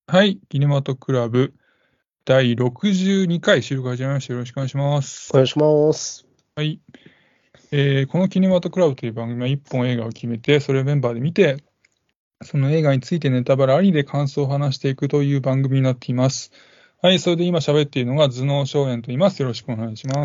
はい、キネマトクラブ第62回収録始めました。よろしくお願いします。 お願いします。 はい、このキネマトクラブという番組は1本映画を決めて、それをメンバーで見て、その映画についてネタバレありで感想を話していくという番組になっています。はい、それで今喋っているのが頭脳少年と言います。よろしくお願いします。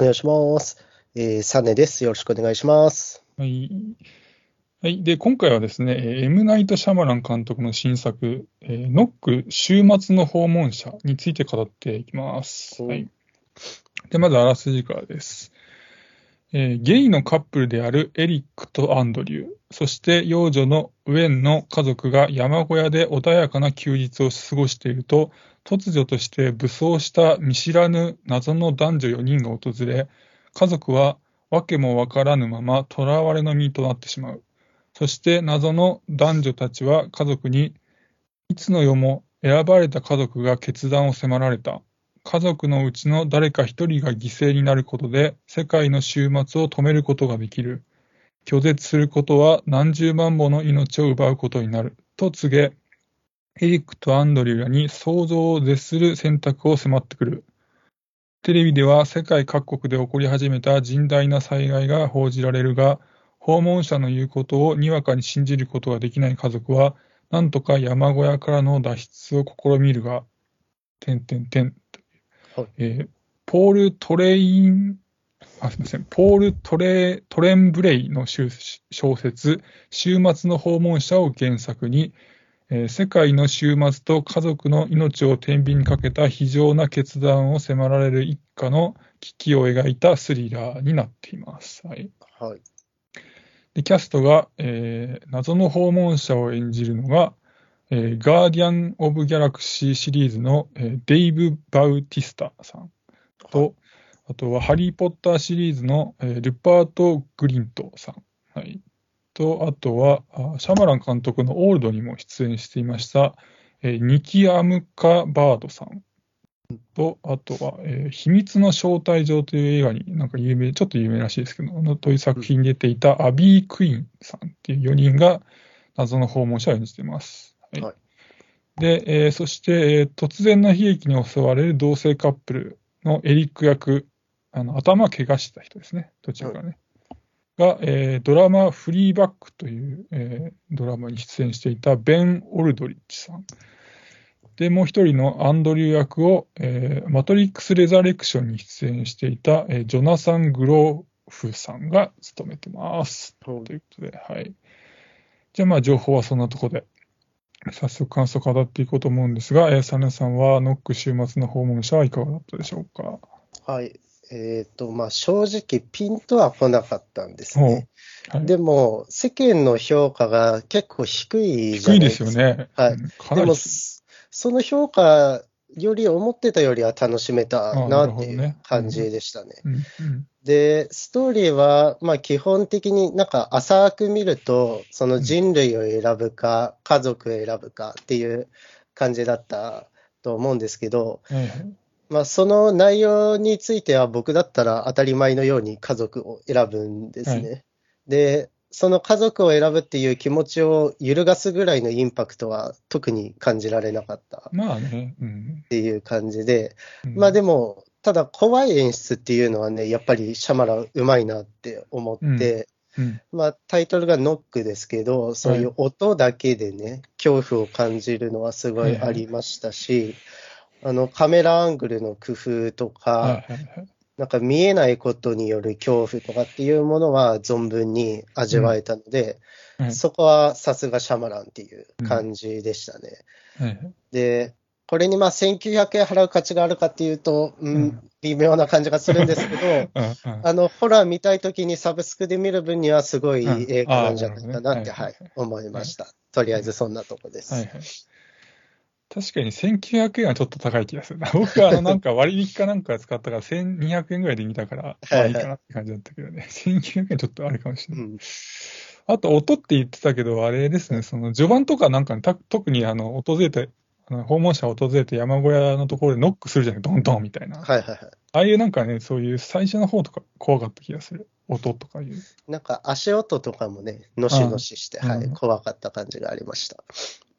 お願いします。サネです。よろしくお願いします。 はい。はい。で、今回はですね、M. ナイト・シャマラン監督の新作、ノック週末の訪問者について語っていきます。はおい。で、まずあらすじからです。ゲイのカップルであるエリックとアンドリュー、そして幼女のウェンの家族が山小屋で穏やかな休日を過ごしていると、突如として武装した見知らぬ謎の男女4人が訪れ、家族は訳もわからぬまま囚われの身となってしまう。そして謎の男女たちは家族に、いつの世も選ばれた家族が決断を迫られた。家族のうちの誰か一人が犠牲になることで世界の終末を止めることができる。拒絶することは何十万もの命を奪うことになる。と告げ、エリックとアンドリューらに想像を絶する選択を迫ってくる。テレビでは世界各国で起こり始めた甚大な災害が報じられるが、訪問者の言うことをにわかに信じることができない家族は、なんとか山小屋からの脱出を試みるが、点点点。 はい。 ポール・トレイン、すみません、ポール・トレンブレイの小説、週末の訪問者を原作に、世界の終末と家族の命を天秤にかけた非常な決断を迫られる一家の危機を描いたスリラーになっています。はい。 はい。 で、キャストが、謎の訪問者を演じるのが、ガーディアン・オブ・ギャラクシーシリーズの、デイブ・バウティスタさんはい。 と、あとはハリー・ポッターシリーズの、ルパート・グリントさん。はい。と、あとは、シャマラン監督のオールドにも出演していました、ニキ・アムカバードさんと、あとは、秘密の招待状という映画になんかちょっと有名らしいですけど、という作品に出ていたアビー・クイーンさんっていう4人が謎の訪問者を演じています。はい。 はい。 で、そして、突然の悲劇に襲われる同性カップルのエリック役、頭を怪我した人ですね、途中はい。 からね。が、ドラマフリーバックという、ドラマに出演していたベン・オルドリッチさん。で、もう一人のアンドリュー役を、マトリックス・レザレクションに出演していた、ジョナサン・グローフさんが務めてます。 はい。 ということで、はい。じゃあまあ情報はそんなところで、早速感想を語っていこうと思うんですが、サネさんはノック週末の訪問者はいかがだったでしょうか。 はい。正直ピンとは来なかったんですほう。 ね。 はい。 でも、世間の評価が結構低いじゃ低いでないですか。 すよね。 はい。 うん、かでも、 なり低い。 その評価より思ってたよりは楽しめたああ、ななっていうるほどね。うん。 感じでしたね。 うん。うん。 で、ストーリーは、基本的になんか浅く見ると、そのうん。 人類を選ぶか、家族を選ぶかっていう感じだったと思うんですけど、 はいはい。 その内容については僕だったら当たり前のように家族を選ぶんではい。 すね。で、その家族を選ぶっていう気持ちを揺るがすぐらいのインパクトは特に感じられなかったまあね。うん。 っていう感じで、 うん。 でも、ただ怖い演出っていうのはね、やっぱりシャマランうまいなって思っうん。 て、 うん。 タイトルがノックですけど、そういうはい。 音だけでね、恐怖を感じるのはすごいあはいはい。 りましたし、カメラアングルの工夫とはいか、 はいはい。 なんか見えないことによる恐怖とかっていうものは存分にうん。 味わえたので、 はい。 そこはさすがシャマランっていううん。 感じでしたね。 はいはい。 で、これに1900円払う価値があるかっていうと、 うん。 微妙な感じがするんですけど、 うん。うん。 ホラー見たいときにサブスクで見る分にはすごいうん。 いい映画ああ、 なんじゃないなるほどね。 かなって、 はいはいはい、思いはい。はい。 ました。とりあはい。 えずそんなとこです。 はいはい。確かに1900円はちょっと高い気がするな。僕はなんか割引かなんか使ったから1200円ぐらいで見たから、まあいいかなっはいはい。 て感じだったけどね。1900円ちょっとあれかもしれない。 うん。 あと音って言ってたけど、あれですね、その序盤とかなんかね、特に訪れて、訪問者を訪れて山小屋のところでノックするじゃない、ドンドンみたいな。 はいはいはい。 ああいうなんかね、そういう最初の方とか怖かった気がする。音とかいう。 なんか足音とかもね、のしのあしして、 あ、うはい、 ん。 怖かった感じがありました。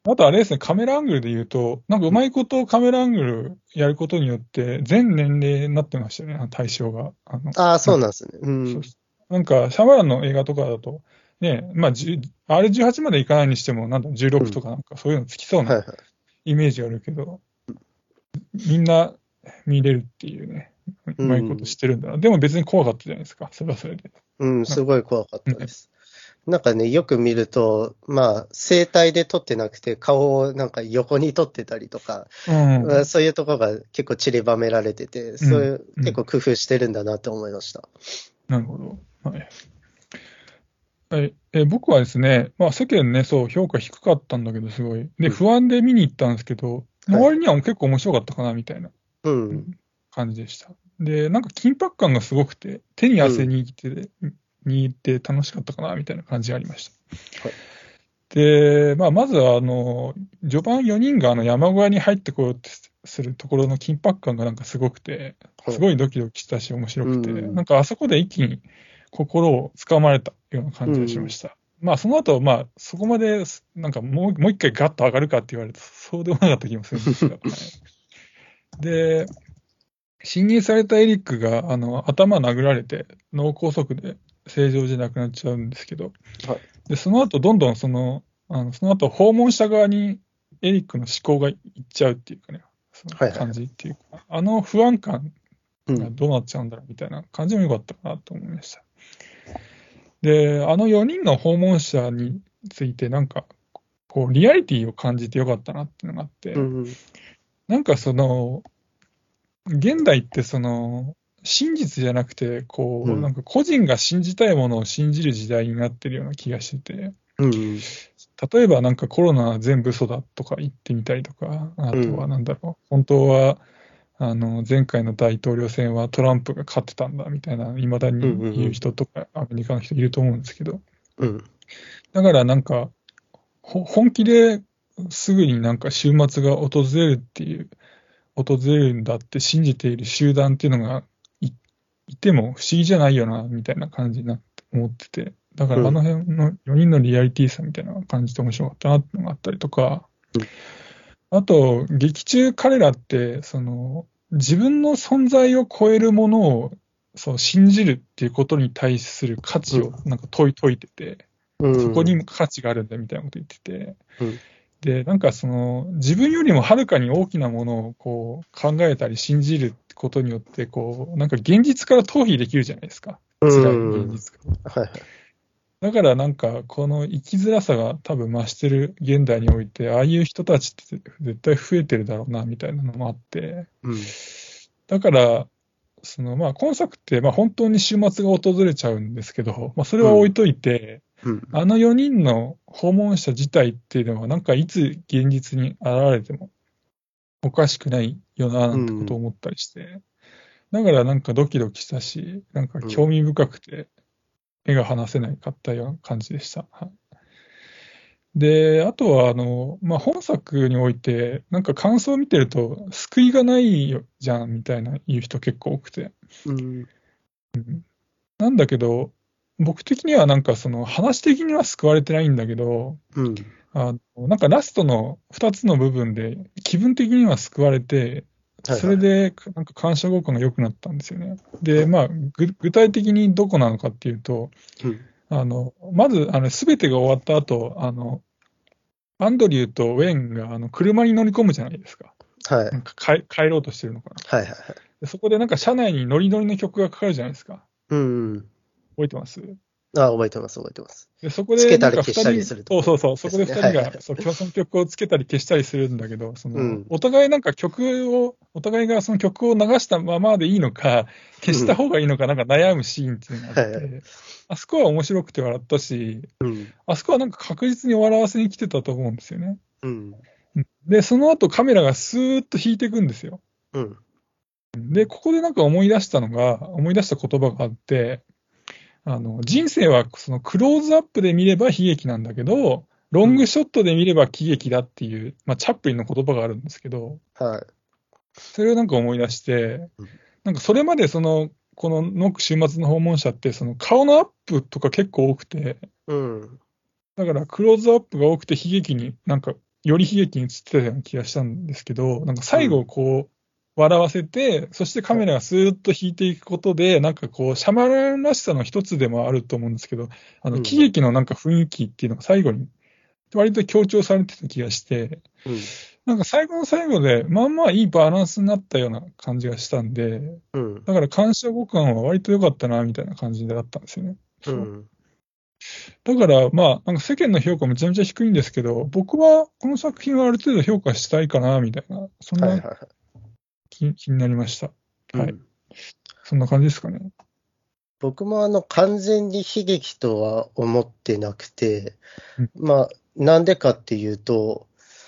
あとあれですね、カメラアングルで言うと、なんかうまいことカメラアングルやることによって、全年齢になってましたよね、対象が。 ああ、 なんか、 そうなんですね。うん。 なんか、シャマランの映画とかだと、ね、まあ、R18 までいかないにしても、なんだ、16 うん。 とかなんかそういうのつきそうなはいはい。 イメージがあるけど、みんな見れるっていうね、ううまいことしん。 てるんだな。でも別に怖かったじゃないですか、それはそれで。 うん、 なんかすごい怖かっね、 たです。なんかね、よく見ると、まあ、正体で撮ってなくて、顔をなんか横に撮ってたりとか、 うん、 そういうところが結構散りばめられてて、 うん、 そういううん、 結構工夫してるんだなって思いました。 なるほど。はい。はい、僕はですね、まあ世間ね、そう、評価低かったんだけど、すごい。で、 うん。 不安で見に行ったんですけど、のはい。 割には結構面白かったかな、みたいな、 うん。 うん、感じでした。で、なんか緊迫感がすごくて、手にうん。 汗握って楽しかったかな、みたいな感じがありました。 はい。 で、まあ、まずは、序盤4人が山小屋に入ってこようとするところの緊迫感がなんかすごくて、 はい。 すごいドキドキしたし面白うくて、なん。 んかあそこで一気に心をつかまれたような感じがしまうん。 した。まあ、その後、まあ、そこまで、なんかもう一回ガッと上がるかって言われると、そうでもなかった気もするんですけど、はい。で、侵入されたエリックが、頭殴られて、脳梗塞で正常じゃなくなっちゃうんですけど、 はい。 で、その後、どんどんその後、訪問した側にエリックの思考がいっちゃうっていうかね、そのはいはいはい。 感じっていうか、あの不安感うん。 がどうなっちゃうんだろうみたいな感じも良かったかなと思いました。で、あの4人の訪問者について、なんか、こう、リアリティを感じてよかったなっていうのがあって、 うん。 なんか現代って真実じゃなくて、こう、なうん。 んか個人が信じたいものを信じる時代になってるような気がしてて、 うん。 例えばなんかコロナ全部嘘だとか言ってみたりとか、あとはうん。 なんだろう、本当は前回の大統領選はトランプが勝ってたんだみたいな、未だうん。 に言ううん。 人とか、アメリカの人いると思うんですけど、 うん。 だからなんか、本気ですぐになんか週末が訪れるんだって信じている集団っていうのがい、いても不思議じゃないよな、みたいな感じになって思ってて、だからあのうん。 辺の4人のリアリティさみたいなのが感じて面白かったなっていうのがあったりとか、 うん。 あと、劇中彼らって、自分の存在を超えるものを、そう信じるっていうことに対する価値をなんか説いてて、 うそこにん。 も価値があるんだみたいなこと言ってて、 うん。 で、なんか自分よりもはるかに大きなものをこう考えたり信じることによって、こう、なんか現実から逃避できるじゃないですか。 う辛いん。 現実から。 はいはい。 だからなんか、この生きづらさが多分増してる現代において、ああいう人たちって絶対増えてるだろうな、みたいなのもあって、 うん。 だから、まあ、今作って、まあ、本当に週末が訪れちゃうんですけど、まあ、それうん。 は置いといて、 うん。 あの4人の訪問者自体っていうのは、なんかいつ現実に現れてもおかしくないよな、なんてことをうん。 思ったりして、だからなんかドキドキしたし、なんかうん。 興味深くて、目が離せないかったような感じでした。はい。で、あとは、まあ、本作において、なんか感想を見てると、救いがないよじゃん、みたいな言う人結構多くて。 うん。 なんだけど、僕的にはなんか話的には救われてないんだけど、 うん。 なんかラストの2つの部分で気分的には救われて、 はいはい。 それでなんか感謝感が良くなったんですよね。で、 はい。 まあ、具体的にどこなのかっていうと、 うん。 まず、すべてが終わった後、アンドリューとウェンが車に乗り込むじゃないですか。 はい。 なんか帰ろうとしてるのかな。 はいはいはい。 でそこでなんか車内にノリノリの曲がかかるじゃないですか。 うん。 覚えてます？ あ、覚えてます、覚えてます。 で、そこつけでなんたり消したりか二人、 するとこそうそうそう、そこでですね。 二人が、 はいはい。 そう、その曲をつけたり消したりするんだけど、 うん。 お互いなんかお互いがその曲を流したままでいいのか、消したうん。 方がいいのか、なんか悩むシーンっていうのがあっはいはい。 て、あそこは面白くて笑ったし、 うん。 あそこはなんか確実に笑わせに来てたと思うんですよね。 うん。 で、その後カメラがスーッと引いていくんですよ。 うん。 で、ここでなんか思い出した言葉があって、人生はそのクローズアップで見れば悲劇なんだけど、ロうん。 ングショットで見れば喜劇だっていう、まあ、チャップリンの言葉があるんですけど、 はい。 それをなんか思い出して、 うん。 なんかそれまでこのノック週末の訪問者って、その顔のアップとか結構多くて、 うん。 だからクローズアップが多くて悲劇になんかより悲劇に映ってたような気がしたんですけど、なんか最後こう、笑わせて、そしてカメラがスーッと引いていくことで、なんかこう、シャマランらしさの一つでもあると思うんですけど、喜劇のなんか雰囲気っていうのが最後に割と強調されてた気がして、なんか最後の最後で、まあまあいいバランスになったような感じがしたんで、だから鑑賞後感は割と良かったな、みたいな感じだったんですよね。だから、まあ、なんか世間の評価めちゃめちゃ低いんですけど、僕はこの作品はある程度評価したいかな、みたいな、そんな気になりました。はい。そんな感じですかね。 僕も完全に悲劇とは思ってなくて、まあ、なんでかっていうと、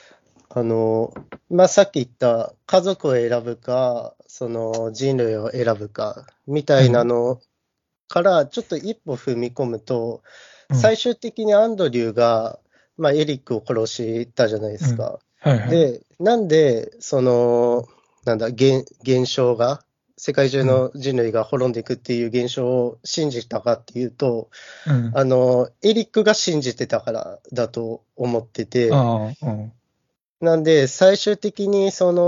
まあ、さっき言った家族を選ぶか、その人類を選ぶか、みたいなのからちょっと一歩踏み込むと、最終的にアンドリューが、まあ、エリックを殺したじゃないですか。で、なんで、なんだ、現象が、世界中の人類が滅んでいくっていう現象を信じたかっていうと、エリックが信じてたからだと思ってて、なんで、最終的に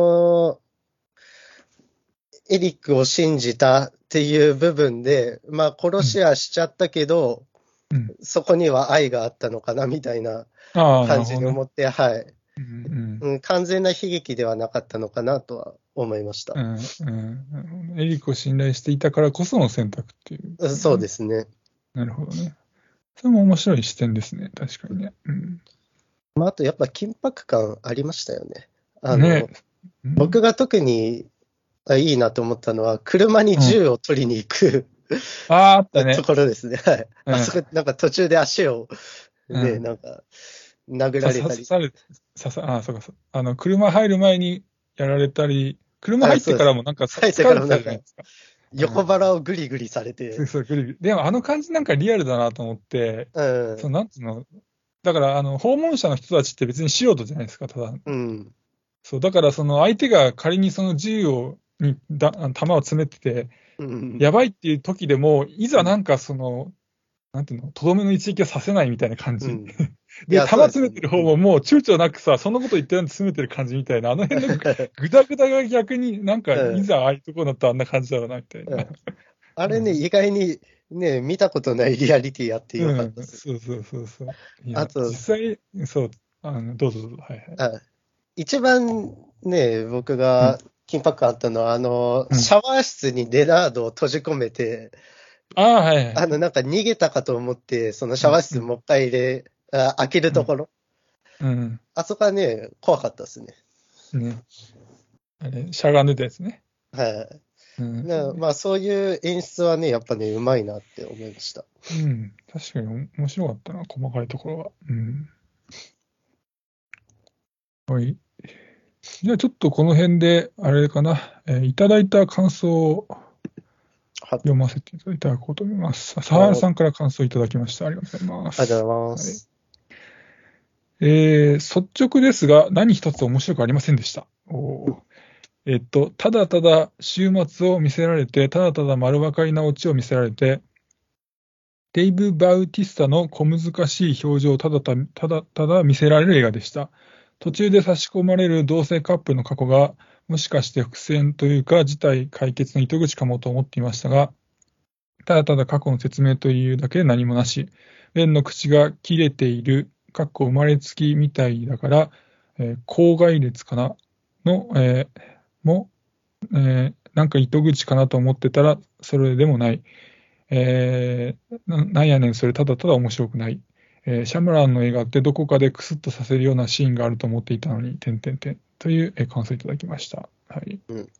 エリックを信じたっていう部分で、まあ、殺しはしちゃったけど、そこには愛があったのかなみたいな感じに思って、はい。完全な悲劇ではなかったのかなとは思いました。 エリックを信頼していたからこその選択っていう、 そうですね。 なるほどね。それも面白い視点ですね、確かにね。 まあ、あとやっぱ緊迫感ありましたよね。僕が特にいいなと思ったのは、車に銃を取りに行く、 あったね。 ところですね。はい。あそこ、なんか途中で足を、ね、なんか、殴られたり。 そうか。車入る前にやられたり、車入ってからもなんか入ってからもなんか、 横腹をグリグリされて。 グリグリ。でもあの感じなんかリアルだなと思って、なんつうの、だから訪問者の人たちって別に素人じゃないですか、ただ。そう、だからその相手が仮にその銃に弾を詰めてて、やばいっていう時でも、いざなんかなんていうの、とどめの一撃をさせないみたいな感じ。で、弾詰めてる方ももう躊躇なくさ、そんなこと言ってるんで詰めてる感じみたいな、あの辺のぐだぐだが逆になんか、いざああいうとこになったらあんな感じだろうな、みたいな。 あれね、意外にね、見たことないリアリティあってよかったです。 そう。 あと、 実際、そう、どうぞ。 一番ね、僕が緊迫感あったのは、シャワー室にレナードを閉じ込めて、なんか逃げたかと思って、そのシャワー室もう一回開けるところ。あそこはね、怖かったですね。 あれ、しゃがんでたやつね。 まあ、そういう演出はね、やっぱね、うまいなって思いました。 確かに面白かったな、細かいところは。はい。じゃあちょっとこの辺で、あれかな、いただいた感想を読ませていただこうと思います。佐原さんから感想いただきました。ありがとうございます。 ありがとうございます。 率直ですが、何一つ面白くありませんでした。ただただ終末を見せられて、ただただ丸分かりなオチを見せられて、デイブ・バウティスタの小難しい表情をただただ見せられる映画でした。途中で差し込まれる同性カップルの過去が、もしかして伏線というか、事態解決の糸口かもと思っていましたが、ただただ過去の説明というだけで何もなし、ベンの口が切れている、生まれつきみたいだから、口外裂かなの、なんか糸口かなと思ってたら、それでもない。なんやねん、それただただ面白くない。シャムランの映画ってどこかでクスッとさせるようなシーンがあると思っていたのに、という、感想いただきました。はい。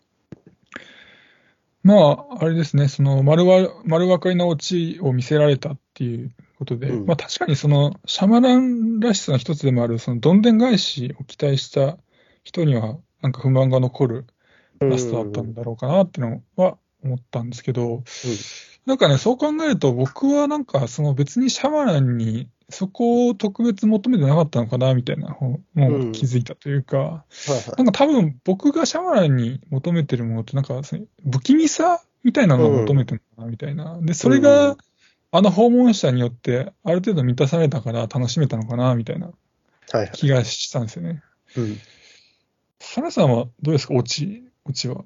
まあ、あれですね、その丸分かりなオチを見せられたっていうことで、まあ確かにそのシャマランらしさの一つでもある、そのどんでん返しを期待した人には、なんか不満が残るラストだったんだろうかなっていうのは思ったんですけど、なんかね、そう考えると僕はなんかその別にシャマランにそこを特別求めてなかったのかなみたいなのを気づいたというか、なんか多分僕がシャマランに求めてるものってなんか不気味さみたいなのを求めてるのかなみたいな。で、それが訪問者によってある程度満たされたから楽しめたのかなみたいなはいはい。 気がしたんですよね。 うん。 サラさんはどうですか、オチは。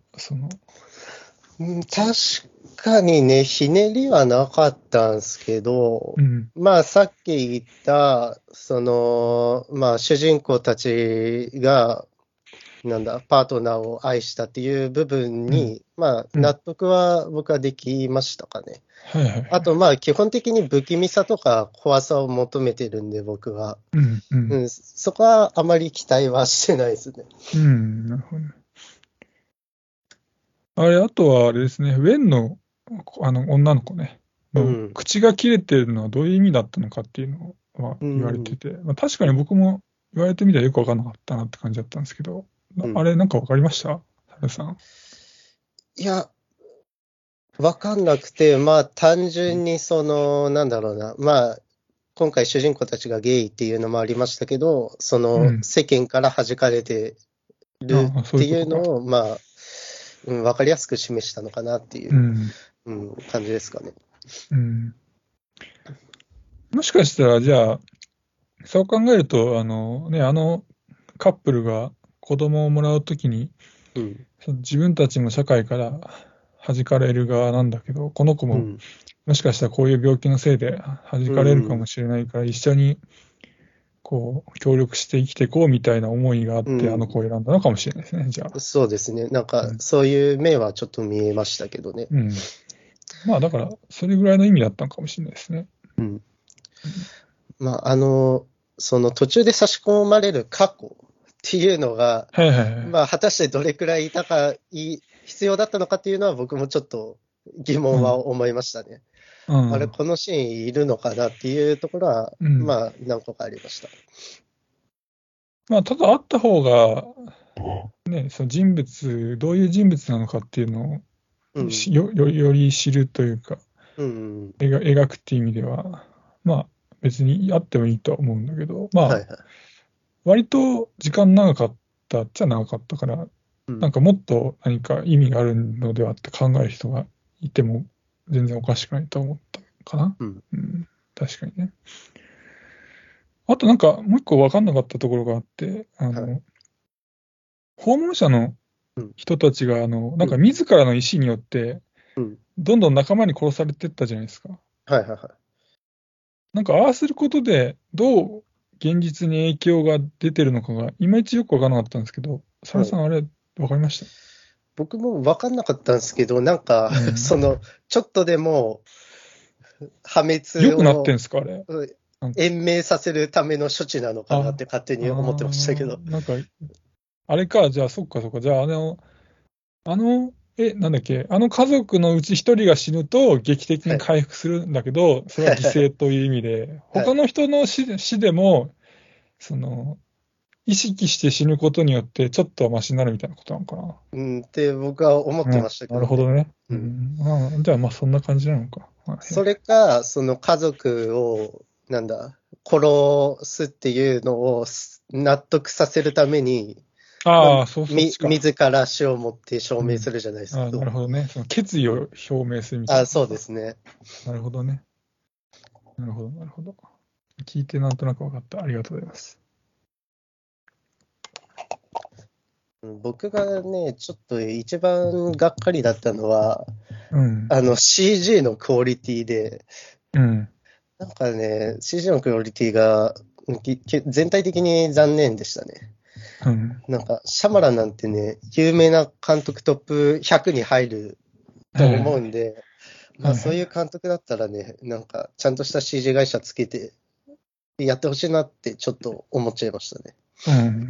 確かにね、ひねりはなかったんですけど、 うん。 まあさっき言った、まあ主人公たちが、パートナーを愛したっていう部分うん。 に、まあうん。 納得は僕はできましたかね。 はいはいはい。 あとまあ基本的に不気味さとか怖さを求めてるんで僕は。 うん。うん。 そこはあまり期待はしてないですね。 うん。なるほどね。あとはあれですね、ウェンの、女の子ね、のうん。 口が切れてるのはどういう意味だったのかっていうのはう言われてん。 て、まあ、確かに僕も言われてみたらよくわかんなかったなって感じだったんですけど、 うん。 あれなんかわかりました？サルさん。 いや、わかんなくて、まあ単純にまあ今回主人公たちがゲイっていうのもありましたけど、 うん。 世間から弾かれてるああ、そってういうことか。 いうのを、まあ、わかりやすく示したのかなっていう、 うん。 感じですかね。 うん。もしかしたら、じゃあ、そう考えると、カップルが子供をもらうときに、 うん。 その自分たちも社会から弾かれる側なんだけど、この子もうん。 もしかしたらこういう病気のせいで弾うかれるかもん。 しれないから、一緒にこう協力して生きていこうみたいな思いがあっうて、あの子をん。 選んだのかもしれないですね、じゃあ。 そうですね。 うん。 そういう面はちょっと見えましたけどね。 うん。まあ、だから、それぐらいの意味だったのかもしれないですね。 うん。 うん。 まあ、その途中で差し込まれる過去っていうのが、 はいはいはい。 まあ、果たしてどれくらい必要だったのかっていうのは僕もちょっと疑問はうん。 思いましたね。あれ、 うん。 このシーンいるのかなっていうところは、 うん。 まあ、何個かありました。 まあ、ただあった方が、ね、その人物、どういう人物なのかっていうのうん。 をより知るというか、 うん。 描くっていう意味では、まあ、別にあってもいいとは思うんだけど、まあ、 はいはい。 割と時間長かったっちゃ長かったから、 うん。 なんかもっと何か意味があるのではって考える人がいても全然おかしくないと思ったかな。 うん。 うん、確かにね。あとなんかもう一個分かんなかったところがあって、 はい。 訪問者のうん。 人たちが、なんかうん。 自らの意思によって、 うん。 どんどん仲間に殺されてったじゃないですか。 はいはいはなんか、ああすることで、どう現実に影響が出てるのかが、いまいちよくわからなかったんですけど、サい。はい。 ラさん、あれ、わかりました？ 僕も分かんなかったんですけど、 うん。 ちょっとでも破滅よくなってをんすか、あれ。 うんなんか、 延命させるための処置なのかなって勝手に思ってましたけど。 なんか、あれか、じゃあ、そっかそっか、じゃあ、なんだっけ、あの家族のうち一人が死ぬと劇的にはい。 回復するんだけど、それは犠牲という意味で、 はい。 他の人の死でも、その、意識して死ぬことによって、ちょっとはマシになるみたいなことなのかな。 って僕は思ってまうん、なるしたけどね。 ほどね。 うん。 じゃあ、まあ、そんな感じなのか。はい。 それか、その家族を、殺すっていうのを納得させるために、まあ、 ああ、そっちか。 自ら死をもって証うん。 明するじゃないですけああ、なるど。 ほどね。その決意うん。 を表明するみたいなそうでことか。 すね。 なるほどね。なるほど、なるほど。聞いてなんとなく分かった。ありがとうございます。 僕がね、ちょっと一番がっかりだったのは、 うん。 CG のクオリティで、 うん。 CG のクオリティが全体的に残念でしたね。 うん。 シャマランなんてね、有名な監督トップ100に入ると思うんはで、まあいはい。 そういう監督だったらね、ちゃんとした CG 会社つけてやってほしいなってちょっと思っちゃいましたね。 うん。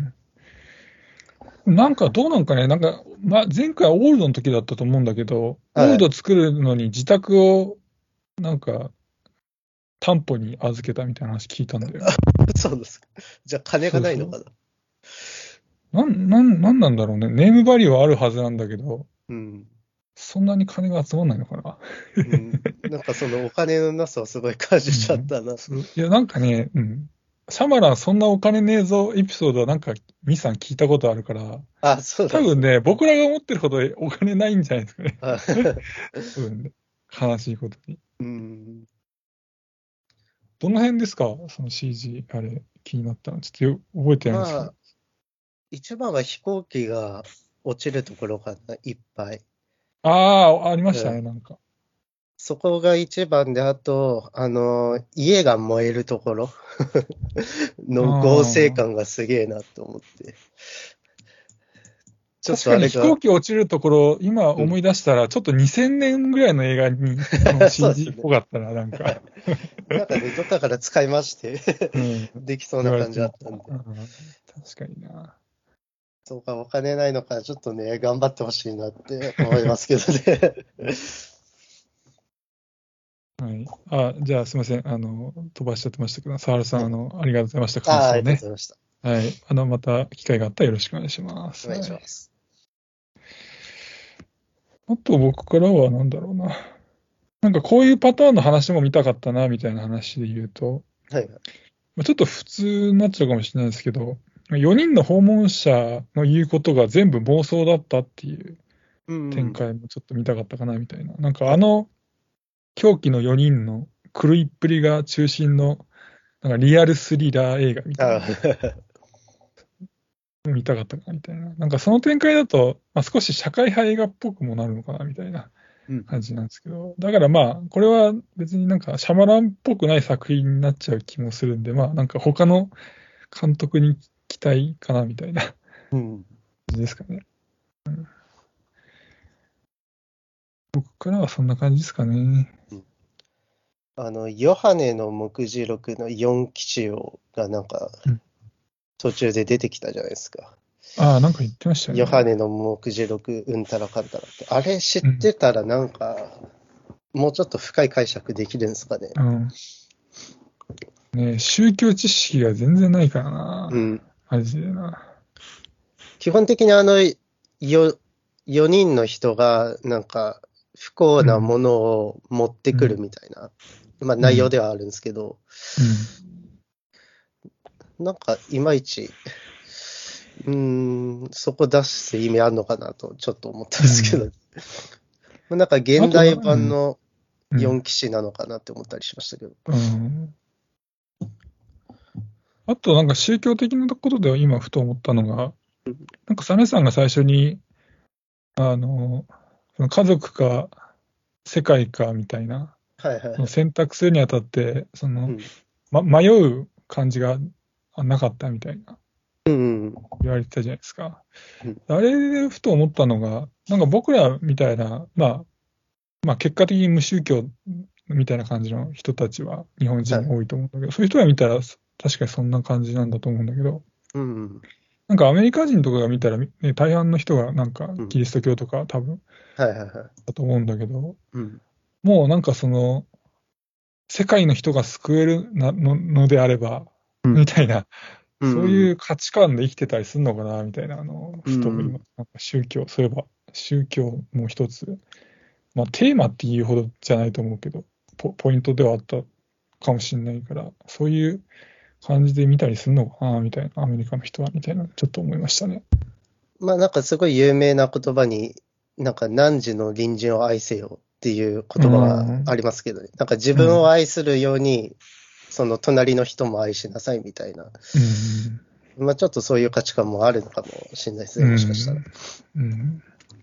なんかどうなんかね、なんか、まあ、前回はオールドの時だったと思うんだけど、オールはい。 ド作るのに自宅をなんか担保に預けたみたいな話聞いたんだよね。 そうですか。じゃあ金がそうそう。 ないのかな。 なんなんだろうね。ネームバリューはあるはずなんだけど、 うん。 そんなに金が集まんないのかな。 うん。そのお金のなさをすごい感じちゃっうん。 たな。 いや、なんかね、うん。シャマランそんなお金ねえぞエピソードはなんかミさん聞いたことあるから、 そうなんですね。 多分ね、僕らが思ってるほどお金ないんじゃないですかね。 あ多分ね、悲しいことに。 うん。 どの辺ですかその CG、あれ、気になったの。ちょっと覚えてないんですけど。 まあ、一番は飛行機が落ちるところかな、いっぱい。 ああ、ありましたね、 うん。 なんか。 そこが一番で、あと、家が燃えるところあの合成あ。 感がすげえなと思って。ちょっ確かに飛とあれが、 行機落ちるところ、今うん。 思い出したら、ちょっと2000年ぐらいの映画にのそうです CG っね。 ぽかったな、なんか。 なんかね、どっかから使いましてうん、 できそう言な感じわれてみた。 だったんで。 うん、確かにな。 そうか、お金ないのか、ちょっとね、頑張ってほしいなって思いますけどね。 はい。あ、じゃあすみません。飛ばしちゃってましたけど、沢原さん、 はい。 ありがとうございました。 ああ、ありがとうご感想ね。 ざいました。 はい。また機会があったらよろしくお願いします。 お願いはい。 します。 あと僕からは何だろうな。なんかこういうパターンの話も見たかったな、みたいな話で言うと、 はいはい。 まあ、ちょっと普通になっちゃうかもしれないですけど、4人の訪問者の言うことが全部妄想だったっていう展うん。 開もちょっと見たかったかな、みたいな。なんかはい。 狂気の4人の狂いっぷりが中心の、なんかリアルスリラー映画みたいあな。 ー見たかったかなみたいな。なんかその展開だと、まあ、少し社会派映画っぽくもなるのかなみたいなうん。 感じなんですけど、だからまあ、これは別になんかシャマランっぽくない作品になっちゃう気もするんで、まあなんか他の監督に期待かなみたいな感うん。 じですかね。僕からはそんな感じですかね。 うんヨハネの目次録の4騎士をがなんかうん、 途中で出てきたじゃないですか。 ああ、なんか言ってましたよね。 ヨハネの目次録うんたらかんたらって。あれ知っうん。 てたらなんか、もうちょっと深い解釈できるんですかね。 うん。ね、宗教知識が全然ないからな。 うん。 マジでな。 基本的によ、4人の人がなんか不幸うん。 なものを持ってくるうん。 みたいな、まあ内容うん。 ではあるんですけど、 うん。 なんかいまいち、そこ出す意味あるのかなとちょっと思ったんうん。 ですけど、なんか現代うん。 版のうん。 4騎士なのかなって思ったりしましたけど。 うん。あと、なんか宗教的なことでは今ふと思ったのが、なんかサネさんが最初に、その家族か世界かみたいな、そのはいはいはい。 選択するにあたって、 うん。 迷う感じがなかったみたいなうんうん言われてたじゃないですか。 うん。 あれでふと思ったのが、なんか僕らみたいな、まあ結果的に無宗教みたいな感じの人たちは日本人にはい。 多いと思うんだけど、そういう人が見たら確かにそんな感じなんだと思うんだけど、 うんうんなんかアメリカ人とかが見たら、ね、大半の人がなんかうん。 キリスト教とか多分はいはいはい。 だと思うんだけど、 うん。 もうなんかその世界の人が救えるのであれば、 うん。 みたいな、そううんいう価値観で生きてたりするのかな、みたいな、 うふと今、 ん。 なんか宗教、そういえば宗教も一つ、まあテーマっていうほどじゃないと思うけど、ポイントではあったかもしれないから、そういう感じで見たりするのかな、みたいな、アメリカの人は、みたいな、ちょっと思いましたね。 まあなんかすごい有名な言葉に、なんか汝の隣人を愛せよっていうう言葉があん、 りますけどね。なんか自うん、 分を愛するように、その隣の人も愛しなさいみたいな。 うん、 まあちょっとそういう価値観もあるのかもしれないですね、 うもしかしたら。 ん、うん。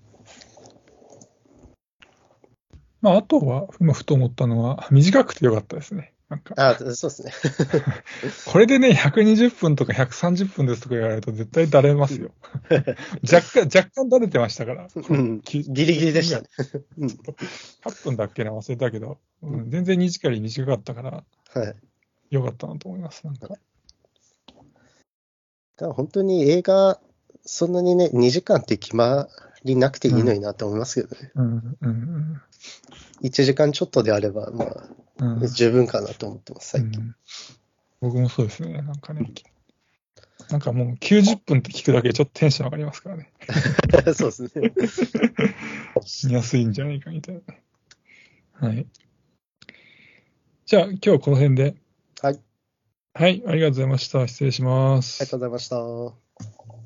まあ、あとは、今ふと思ったのは、短くてよかったですね。なんか、 あ、そうですね。 これでね、120分とか130分ですとか言われると絶対だれますよ。若干だれてましたから、 うん。ギリギ 90分ぐらい。 リでしたね。うん。 8分だっけな、忘れたけど、 うん。 全然2時間より短かったから、 はい。 よかったなと思います。なんか。 だから本当に映画、そんなにね、2時間って決まりなくていうん、 いのになって思いますけどね。 うん、うん、 1時間ちょっとであれば、まあ、 うん、 十分かなと思ってます、最近。 うん。僕もそうですね。なんかね、なんかもう90分って聞くだけでちょっとテンション上がりますからね。 そうですね。 見やすいんじゃないかみたいな。はい。じゃあ、今日はこの辺で。 はい、 はい、ありがとうございました。失礼しまありがとうす。 ございました。